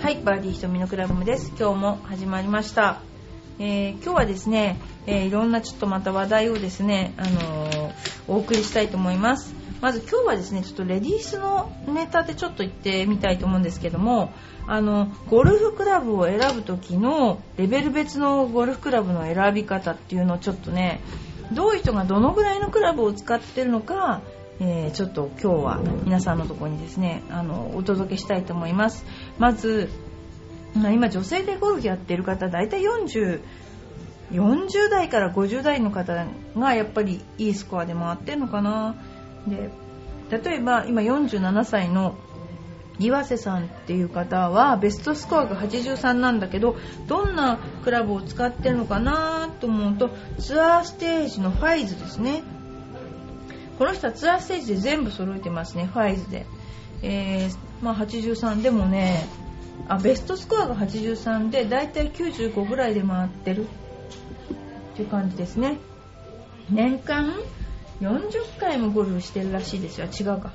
はい、バーディーひとみのクラブです。今日も始まりました。今日はですね、いろんなちょっとまた話題をですね、お送りしたいと思います。まず今日はですね、ちょっとレディースのネタでちょっと言ってみたいと思うんですけども、ゴルフクラブを選ぶ時のレベル別のゴルフクラブの選び方っていうのをちょっとね、どういう人がどのぐらいのクラブを使ってるのか、ちょっと今日は皆さんのところにですねお届けしたいと思います。まず今女性でゴルフやってる方だいたい40代から50代の方がやっぱりいいスコアで回ってるのかな。で例えば今47歳の岩瀬さんっていう方はベストスコアが83なんだけど、どんなクラブを使ってるのかなと思うと、ツアーステージのファイズですね。この人はツアーステージで全部揃えてますね、ファイズで。83でもね、ベストスコアが83でだいたい95ぐらいで回ってるっていう感じですね。年間40回もゴルフしてるらしいですよ。違うか。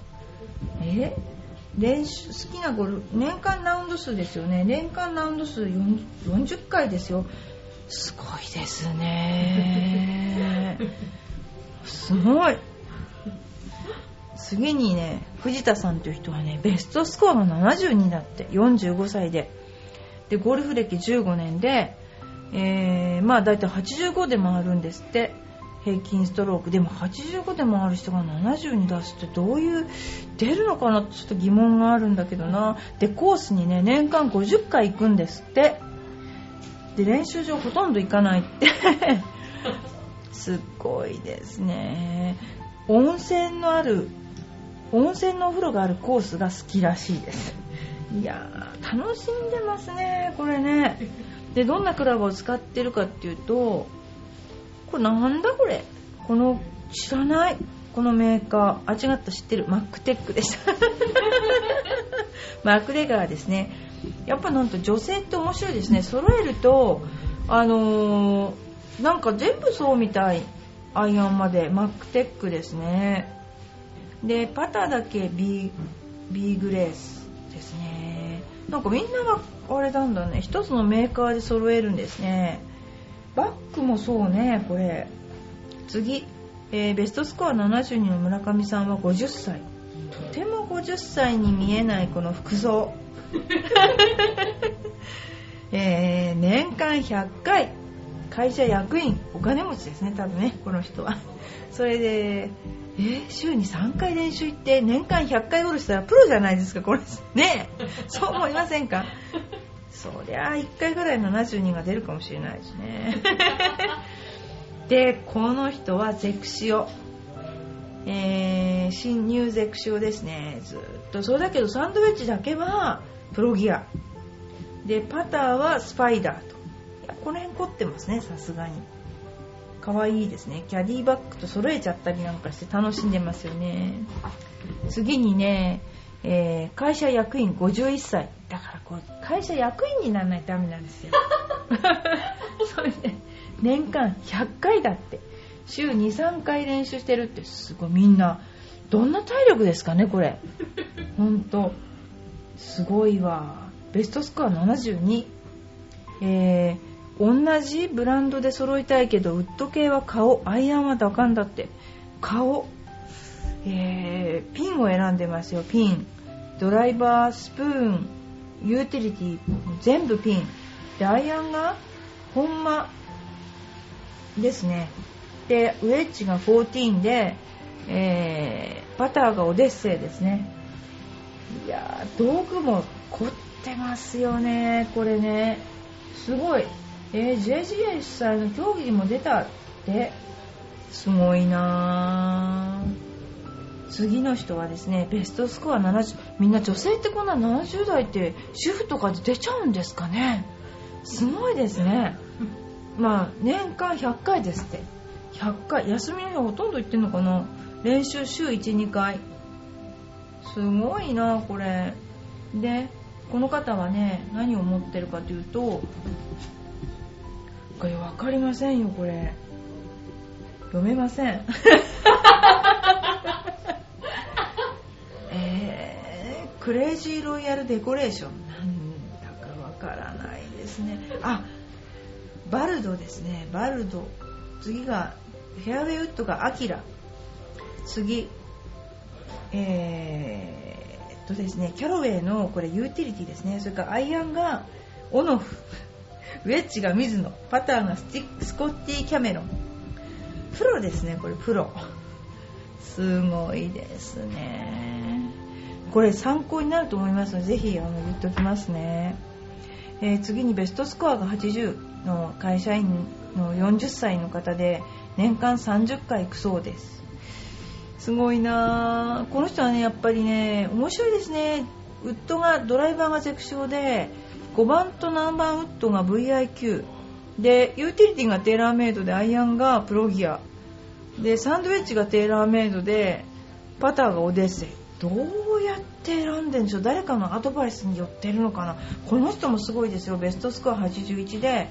練習好きなゴルフ年間ラウンド数ですよね。年間ラウンド数40回ですよ。すごいですね。すごい。次にね、藤田さんという人はね、ベストスコアが72だって、45歳でゴルフ歴15年で、だいたい85で回るんですって。平均ストロークでも85で回る人が72出すってどういう出るのかなってちょっと疑問があるんだけどな。でコースにね年間50回行くんですって。で練習場ほとんど行かないってすごいですね。温泉のお風呂があるコースが好きらしいです。いやー楽しんでますねこれね。でどんなクラブを使ってるかっていうと、これなんだこれ、この知らないこのメーカー、違った、知ってる、マックテックでしたマクレガーですね。やっぱなんと女性って面白いですね。揃えるとなんか全部そうみたい。アイアンまでマックテックですね。でパターだけ B グレースですね。なんかみんながあれなんだね、一つのメーカーで揃えるんですね。バッグもそうね。これ次、ベストスコア72の村上さんは50歳。とても50歳に見えないこの服装年間100回会社役員、お金持ちですね多分ねこの人は。それで週に3回練習行って年間100回ゴルフしたらプロじゃないですかこれね。そう思いませんか。そりゃ1回ぐらい72が出るかもしれないですねでこの人はゼクシオ、新入ゼクシオですね。ずっとそれだけどサンドウェッジだけはプロギアで、パターはスパイダーと。この辺凝ってますね、さすがに。可愛いですね。キャディバッグと揃えちゃったりなんかして楽しんでますよね。次にね、会社役員51歳だからこう会社役員にならないとダメなんですよそれで年間100回だって。週 2,3 回練習してるって。すごい。みんなどんな体力ですかねこれ。ほんとすごいわ。ベストスコア72。同じブランドで揃いたいけどウッド系は顔、アイアンは打感だって。顔、ピンを選んでますよ。ピン、ドライバー、スプーン、ユーティリティ全部ピンで、アイアンがほんまですね。でウェッジが14で、パターがオデッセイですね。いや道具も凝ってますよねこれね。すごい。JGA 主催の競技にも出たってすごいな。次の人はですね、ベストスコア70。みんな女性ってこんな70代って主婦とかで出ちゃうんですかね。すごいですね。年間100回ですって。100回休みの日はほとんど行ってんのかな。練習週 1,2 回。すごいなこれで、この方はね何を持ってるかというと、これ分かりませんよ。これ読めませんクレイジーロイヤルデコレーションなんだかからないですね。バルドですね。バルド、次がフェアウェイウッドがアキラ、次ですね、キャロウェイのこれユーティリティですね。それからアイアンがオノフ、ウェッジが水野、パターがスコッティ・キャメロン。プロですね、これプロ。すごいですね。これ参考になると思いますので、ぜひ言っておきますね。次にベストスコアが80の会社員の40歳の方で、年間30回行くそうです。すごいな。この人はね、やっぱりね、面白いですね。ウッドが、ドライバーがゼクシオで、5番と7番ウッドが VIQ で、ユーティリティがテーラーメイドで、アイアンがプロギアで、サンドウェッジがテーラーメイドで、パターがオデッセイ。どうやって選んでるんでしょう。誰かのアドバイスによってるのかな。この人もすごいですよ。ベストスコア81で、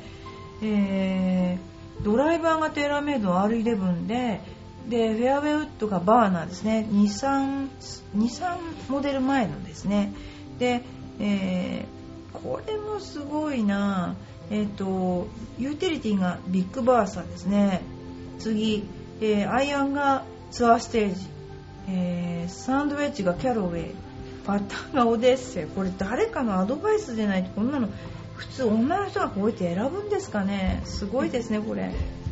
ドライバーがテーラーメイドの R11 で、フェアウェイウッドがバーナーですね。23モデル前のですね。で、これもすごいな。ユーティリティがビッグバーサーですね。次、アイアンがツアーステージ、サンドウェッジがキャロウェイ、パターがオデッセイ。これ誰かのアドバイスでないとこんなの普通女の人がこうやって選ぶんですかね。すごいですね。こ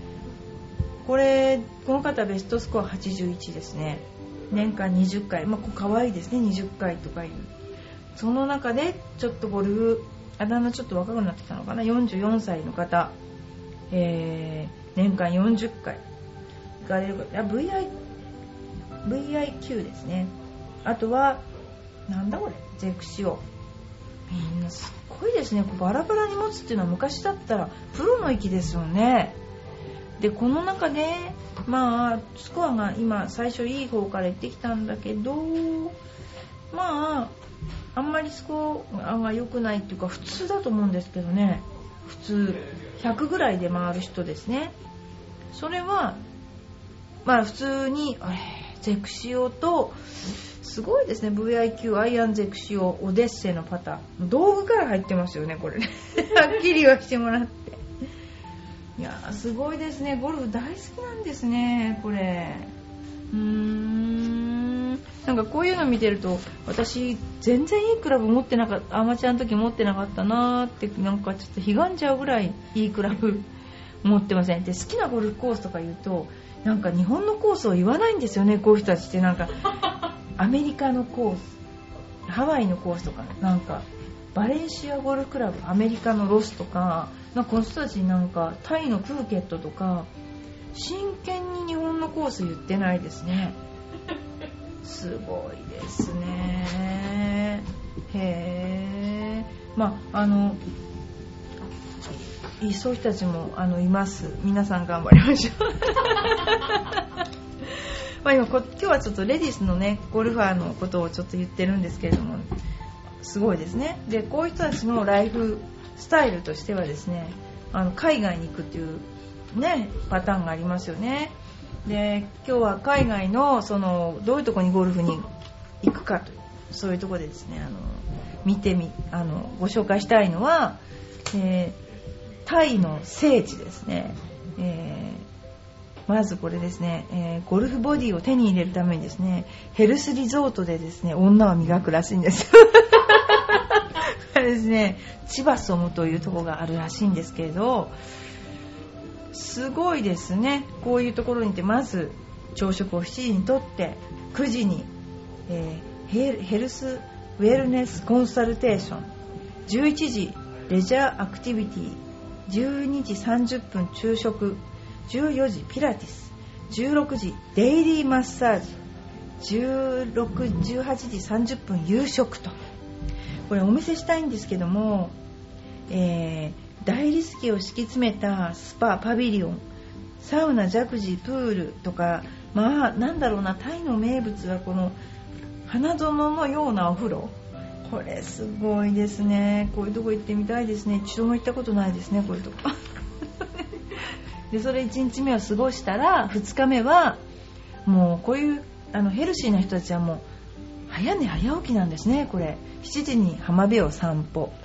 の方ベストスコア81ですね。年間20回、かわいいですね。20回とかいう。その中でちょっとゴルフ、あだ名ちょっと若くなってたのかな。44歳の方、年間40回行かれる方、VIQ ですね。あとはなんだこれ、ゼクシオ。みんなすごいですね。バラバラに持つっていうのは昔だったらプロの域ですよね。でこの中でスコアが今最初いい方から行ってきたんだけど、あんまりスコアが良くないっていうか普通だと思うんですけどね。普通100ぐらいで回る人ですね。それは普通にゼクシオと、すごいですね。 VIQ、 アイアン、ゼクシオ、オデッセイのパターン、道具から入ってますよねこれねはっきりはしてもらって、いやすごいですね。ゴルフ大好きなんですねこれ。なんかこういうの見てると、私全然いいクラブ持ってなかった、アマチュアの時持ってなかったなーって、なんかちょっとひがんじゃうぐらいいいクラブ持ってません。で好きなゴルフコースとか言うと、なんか日本のコースを言わないんですよね。こういう人たちってなんかアメリカのコース、ハワイのコースとか、なんかバレンシアゴルフクラブ、アメリカのロスとか、なんかこの人たちなんかタイのプーケットとか、真剣に日本のコース言ってないですね。すごいですね。へー。そういう人たちもいます。皆さん頑張りましょう今日はちょっとレディースのねゴルファーのことをちょっと言ってるんですけれども、すごいですね。でこういう人たちのライフスタイルとしてはですね、海外に行くっていうねパターンがありますよね。で今日は海外のどういうところにゴルフに行くかという、そういうところでですねご紹介したいのは、タイの聖地ですね。まずこれですね、ゴルフボディを手に入れるためにですね、ヘルスリゾートでですね女は磨くらしいんですこれですね、チバソムというところがあるらしいんですけれど、すごいですね。こういうところに行って、まず朝食を7時にとって9時に、ヘルスウェルネスコンサルテーション、11時レジャーアクティビティ、12時30分昼食、14時ピラティス、16時デイリーマッサージ、18時30分夕食と。これお見せしたいんですけども、大理石を敷き詰めたスパ、パビリオン、サウナ、ジャグジー、プールとか、なんだろうな、タイの名物はこの花園のようなお風呂。これすごいですね。こういうとこ行ってみたいですね。一度も行ったことないですね、こういうとこでそれ1日目を過ごしたら、2日目はもうこういうヘルシーな人たちはもう早寝早起きなんですね。これ7時に浜辺を散歩、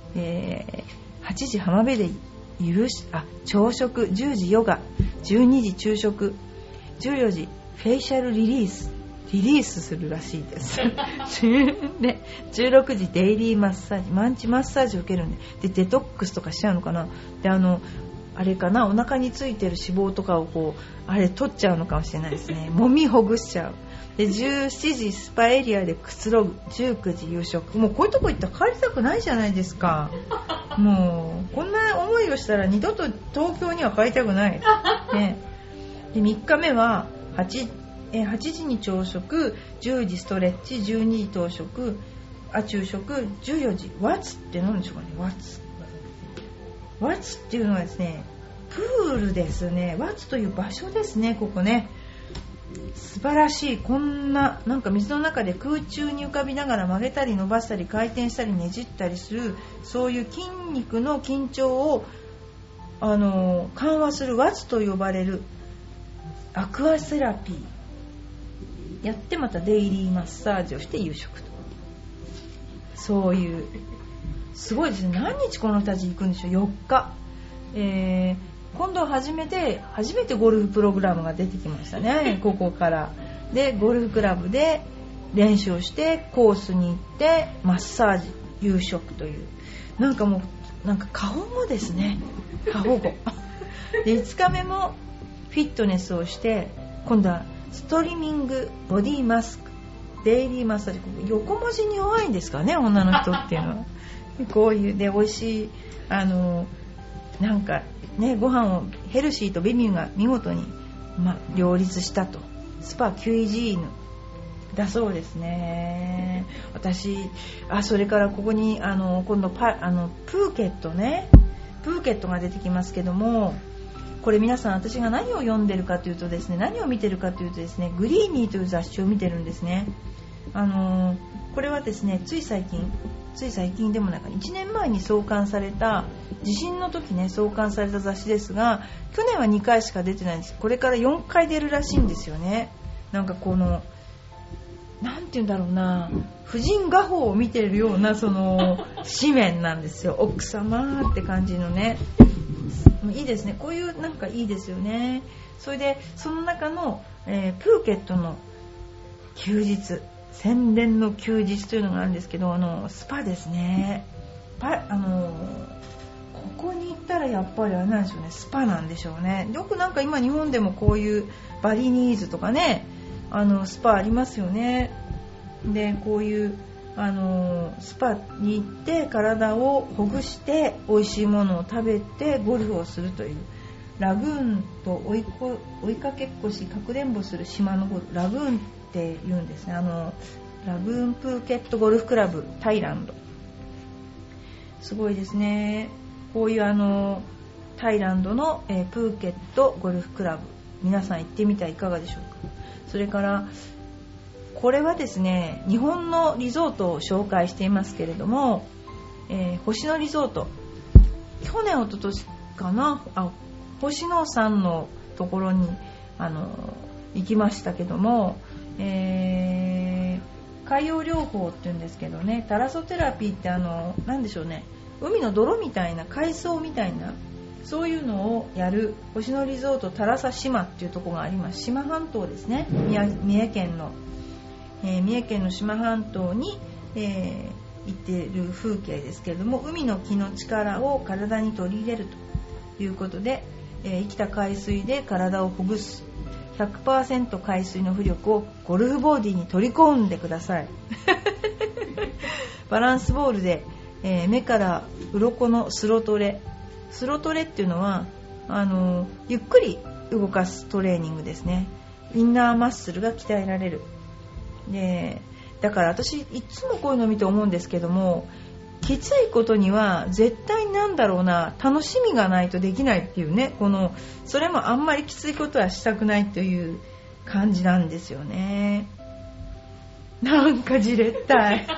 8時浜辺で朝食、10時ヨガ、12時昼食、14時フェイシャルリリースするらしいですで16時デイリーマッサージ、マンチマッサージを受けるんで、デトックスとかしちゃうのかな。であれかな、お腹についてる脂肪とかを取っちゃうのかもしれないですね。揉みほぐしちゃう。で17時スパエリアでくつろぐ、19時夕食。もうこういうとこ行ったら帰りたくないじゃないですか。もうこんな思いをしたら二度と東京には帰りたくない、ね、で3日目は8時に朝食、10時ストレッチ、12時昼食、14時ワッツって何でしょうかね。ワッツっていうのはですね、プールですね。ワッツという場所ですね、ここね。素晴らしい。こんななんか水の中で空中に浮かびながら曲げたり伸ばしたり回転したりねじったりする、そういう筋肉の緊張を緩和するワッツと呼ばれるアクアセラピーやって、またデイリーマッサージをして夕食と、そういうすごいですね。何日この人たち行くんでしょう。4日、今度初めてゴルフプログラムが出てきましたねここからで、ゴルフクラブで練習をしてコースに行ってマッサージ、夕食という、なんか過保護ですね。過保護で5日目もフィットネスをして、今度はストリミング、ボディマスク、デイリーマッサージ。横文字に弱いんですかね、女の人っていうのはこういうで美味しいなんかね、ご飯をヘルシーと美味が見事に、両立したと。スパキュイジーヌだそうですね。私それからここに今度プーケットね、プーケットが出てきますけども、これ皆さん、私が何を読んでるかというとですね、何を見てるかというとですね、グリーニーという雑誌を見てるんですね。これはですね、つい最近でもないか1年前に創刊された、地震の時ね創刊された雑誌ですが、去年は2回しか出てないんです。これから4回出るらしいんですよね。なんかなんていうんだろうな、婦人画報を見ているような紙面なんですよ。奥様って感じのね、いいですね。こういうなんかいいですよね。それでその中の、プーケットの休日、洗練の休日というのがあるんですけど、スパですね。ここに行ったらやっぱりあれなんでしょうね、スパなんでしょうね。よくなんか今日本でもこういうバリニーズとかね、スパありますよね。でこういうスパに行って体をほぐして美味しいものを食べてゴルフをするという、ラグーンと追いかけっこしかくれんぼする島のゴルフ、ラグーンって言うんですね。ラグーンプーケットゴルフクラブタイランド、すごいですね。こういうタイランドの、プーケットゴルフクラブ、皆さん行ってみてはいかがでしょうか。それからこれはですね、日本のリゾートを紹介していますけれども、星野リゾート、去年一昨年かな、星野さんのところに行きましたけども、海洋療法っていうんですけどね、タラソテラピーってなんでしょうね、海の泥みたいな海藻みたいな、そういうのをやる星野リゾートタラサ島っていうところがあります。島半島ですね、三重県の島半島に、行っている風景ですけれども、海の気の力を体に取り入れるということで、生きた海水で体をほぐす 100% 海水の浮力をゴルフボディに取り込んでくださいバランスボールで、目から鱗のスロトレっていうのはゆっくり動かすトレーニングですね。インナーマッスルが鍛えられる。でだから私いつもこういうのを見て思うんですけども、きついことには絶対なんだろうな、楽しみがないとできないっていうね、それもあんまりきついことはしたくないという感じなんですよね。なんかじれったい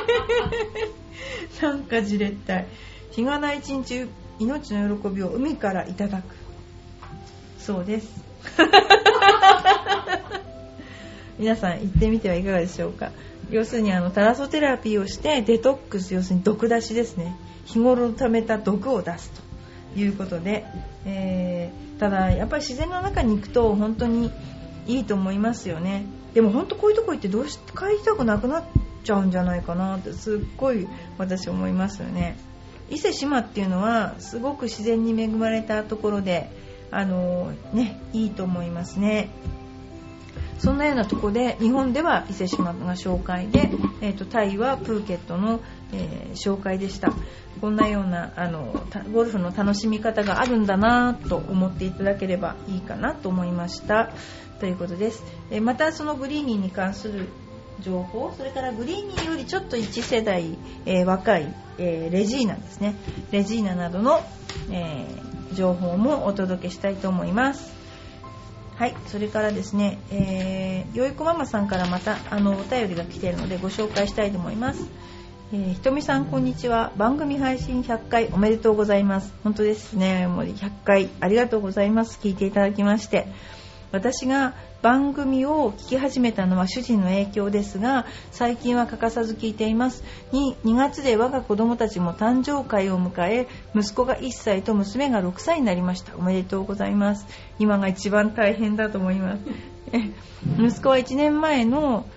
なんかじれったい。日がない一日、命の喜びを海からいただくそうです皆さん行ってみてはいかがでしょうか。要するにタラソテラピーをしてデトックス、要するに毒出しですね。日頃溜めた毒を出すということで、ただやっぱり自然の中に行くと本当にいいと思いますよね。でも本当こういうとこ行ってどうして帰りたくなくなっちゃうんじゃないかなってすっごい私思いますよね。伊勢志摩っていうのはすごく自然に恵まれたところでいいと思いますね。そんなようなところで日本では伊勢志摩が紹介で、タイはプーケットの、紹介でした。こんなようなゴルフの楽しみ方があるんだなと思っていただければいいかなと思いましたということです。またそのグリーニーに関する情報、それからグリーニーよりちょっと1世代、若い、レジーナですね、レジーナなどの、情報もお届けしたいと思います。はい、それからですね、よいこママさんからまたお便りが来ているのでご紹介したいと思います。ひとみさんこんにちは。番組配信100回おめでとうございます。本当ですね、もう100回ありがとうございます。聞いていただきまして。私が番組を聞き始めたのは主人の影響ですが、最近は欠かさず聞いています。2月で我が子供たちも誕生会を迎え、息子が1歳と娘が6歳になりました。おめでとうございます。今が一番大変だと思います。息子は1年前の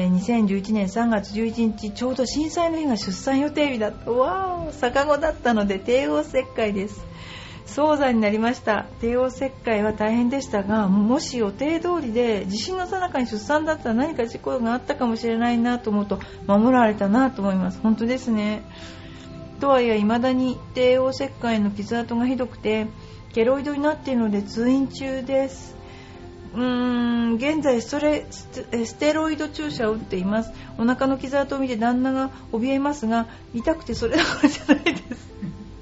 2011年3月11日ちょうど震災の日が出産予定日だった。わー、逆子だったので帝王切開です。早産になりました。帝王切開は大変でしたが、もし予定通りで地震の最中に出産だったら何か事故があったかもしれないなと思うと守られたなと思います。本当ですね。とはいえ未だに帝王切開の傷跡がひどくてケロイドになっているので通院中です。現在ステロイド注射を打っています。お腹の傷跡を見て旦那が怯えますが、痛くてそれどころじゃないです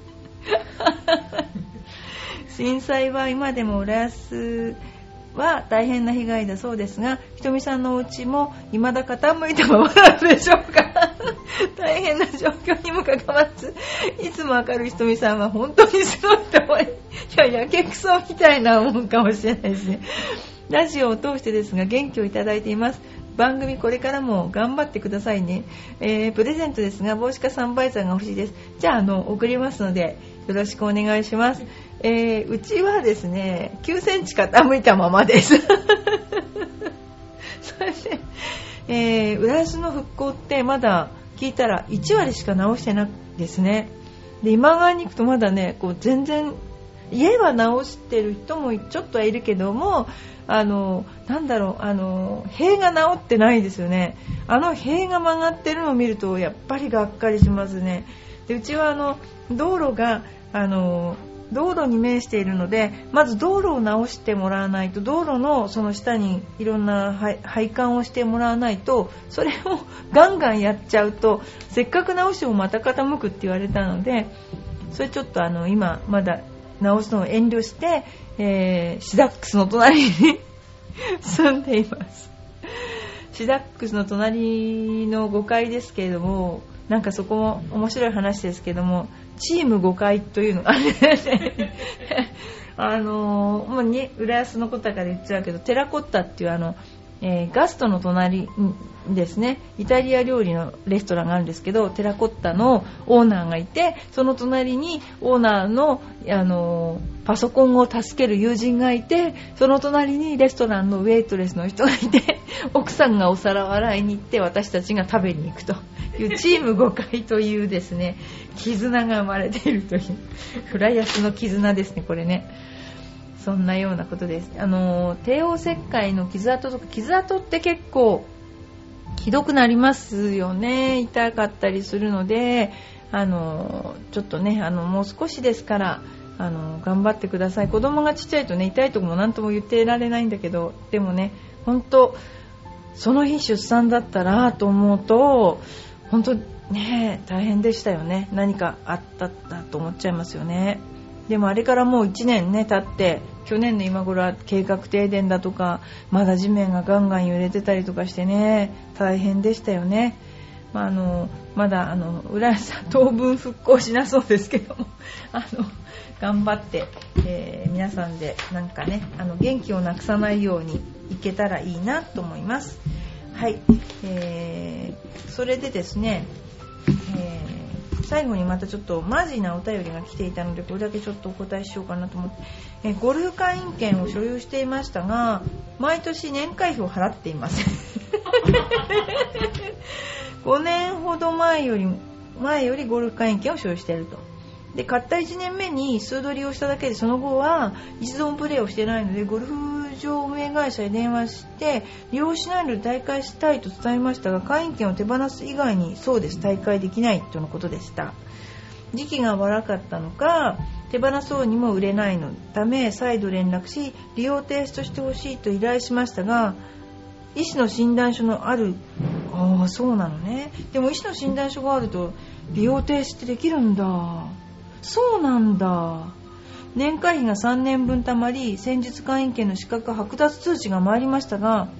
震災は今でも浦安は大変な被害だそうですが、ひとみさんのお家も未だ傾いたままなんでしょうか大変な状況にもかかわらずいつも明るいひとみさんは本当にすごいと思い、やけくそみたいなもんかもしれないですね。ラジオを通してですが元気をいただいています。番組これからも頑張ってくださいね。プレゼントですが帽子かサンバイザーが欲しいです。じゃあ送りますのでよろしくお願いします。うちはですね9センチ傾いたままですそれで、浦安の復興ってまだ聞いたら1割しか直してないですね。で今川に行くとまだねこう全然家は直してる人もちょっとはいるけどもなんだろう塀が直ってないですよね。塀が曲がってるのを見るとやっぱりがっかりしますね。でうちは道路が道路に面しているのでまず道路を直してもらわないと、道路のその下にいろんな配管をしてもらわないと、それをガンガンやっちゃうとせっかく直してもまた傾くって言われたので、それちょっと今まだ直すのを遠慮して、シダックスの隣に住んでいます。シダックスの隣の5階ですけれども、なんかそこも面白い話ですけども、チーム5階というのがあるんですねもうね浦安のことだから言っちゃうけど、テラコッタっていうガストの隣ですね、イタリア料理のレストランがあるんですけど、テラコッタのオーナーがいて、その隣にオーナーの、パソコンを助ける友人がいて、その隣にレストランのウェイトレスの人がいて、奥さんがお皿を洗いに行って私たちが食べに行くというチーム5回というですね絆が生まれているという浦安の絆ですね、これね。そんなようなことです。帝王切開の傷跡とか、傷跡って結構ひどくなりますよね。痛かったりするのでちょっとねもう少しですから頑張ってください。子供がちっちゃいとね痛いとこも何とも言ってられないんだけど、でもね本当その日出産だったらと思うと本当ね大変でしたよね。何かあったんだと思っちゃいますよね。でもあれからもう1年ね経って、去年の今頃は計画停電だとか、まだ地面がガンガン揺れてたりとかしてね大変でしたよね。まだ浦安は当分復興しなそうですけども頑張って、皆さんでなんかね元気をなくさないように行けたらいいなと思います。はい、それでですね、最後にまたちょっとマジなお便りが来ていたので、これだけちょっとお答えしようかなと思って、ゴルフ会員権を所有していましたが、毎年年会費を払っていません5年ほど前よりゴルフ会員権を所有していると。で、買った1年目に数度利用しただけで、その後は一度もプレーをしてないので、ゴルフ場運営会社へ電話して利用しないので大会したいと伝えましたが、会員権を手放す以外にそうです、大会できないとのことでした。時期が悪かったのか、手放そうにも売れないのため再度連絡し、利用停止としてほしいと依頼しましたが、医師の診断書のある、そうなのね。でも医師の診断書があると利用停止ってできるんだ。そうなんだ。年会費が3年分たまり、先日会員権の資格剥奪通知が参りましたが、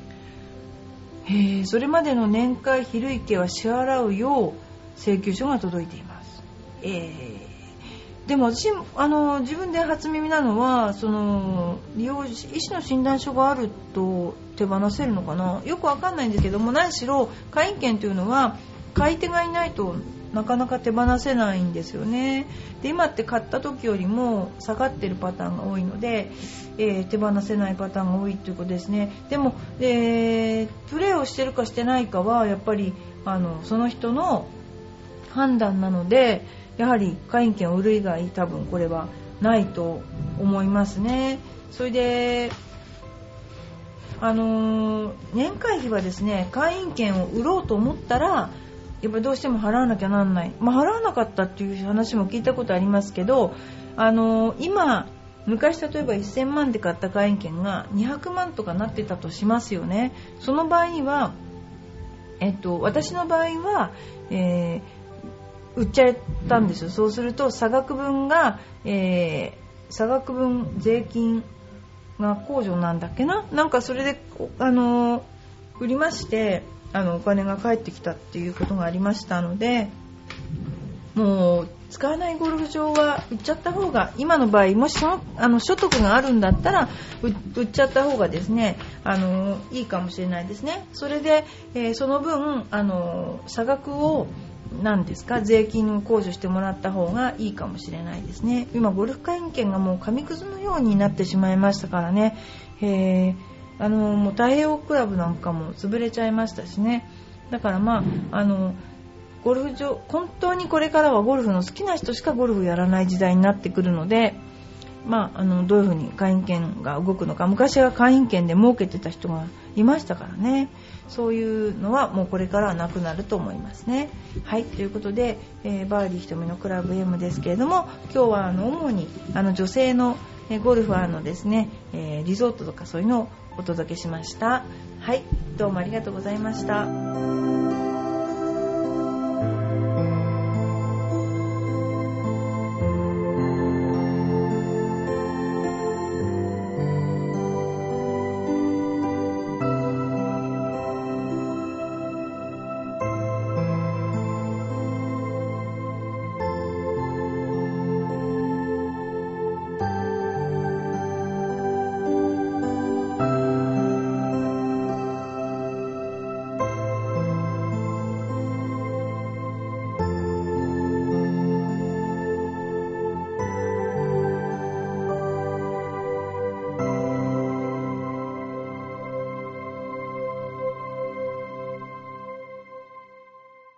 それまでの年会費累計は支払うよう請求書が届いています。でも私自分で初耳なのは、その医師の診断書があると手放せるのかな、よくわかんないんですけども、何しろ会員権というのは買い手がいないとなかなか手放せないんですよね。で、今って買った時よりも下がってるパターンが多いので、手放せないパターンが多いということですね。でも、プレーをしてるかしてないかはやっぱりその人の判断なので、やはり会員権を売る以外多分これはないと思いますね。それで年会費はですね、会員権を売ろうと思ったらやっぱりどうしても払わなきゃなんない。払わなかったっていう話も聞いたことありますけど、今昔例えば1000万で買った会員権が200万とかなってたとしますよね。その場合には、私の場合は、売っちゃったんですよ。そうすると差額分税金が控除なんだっけな、なんかそれで売りまして、お金が返ってきたっていうことがありましたので、もう使わないゴルフ場は売っちゃった方が、今の場合もし所得があるんだったら売っちゃった方がですね、いいかもしれないですね。それで、その分差額を税金を控除してもらった方がいいかもしれないですね。今ゴルフ会員権がもう紙くずのようになってしまいましたからね。もう太平洋クラブなんかも潰れちゃいましたしね。だからゴルフ場、本当にこれからはゴルフの好きな人しかゴルフやらない時代になってくるので、どういうふうに会員権が動くのか、昔は会員権で儲けてた人がいましたからね。そういうのはもうこれからはなくなると思いますね。はい、ということで、バーディーひとみのクラブ M ですけれども、今日は主に女性のゴルファーのですね、リゾートとかそういうのをお届けしました。はい、どうもありがとうございました。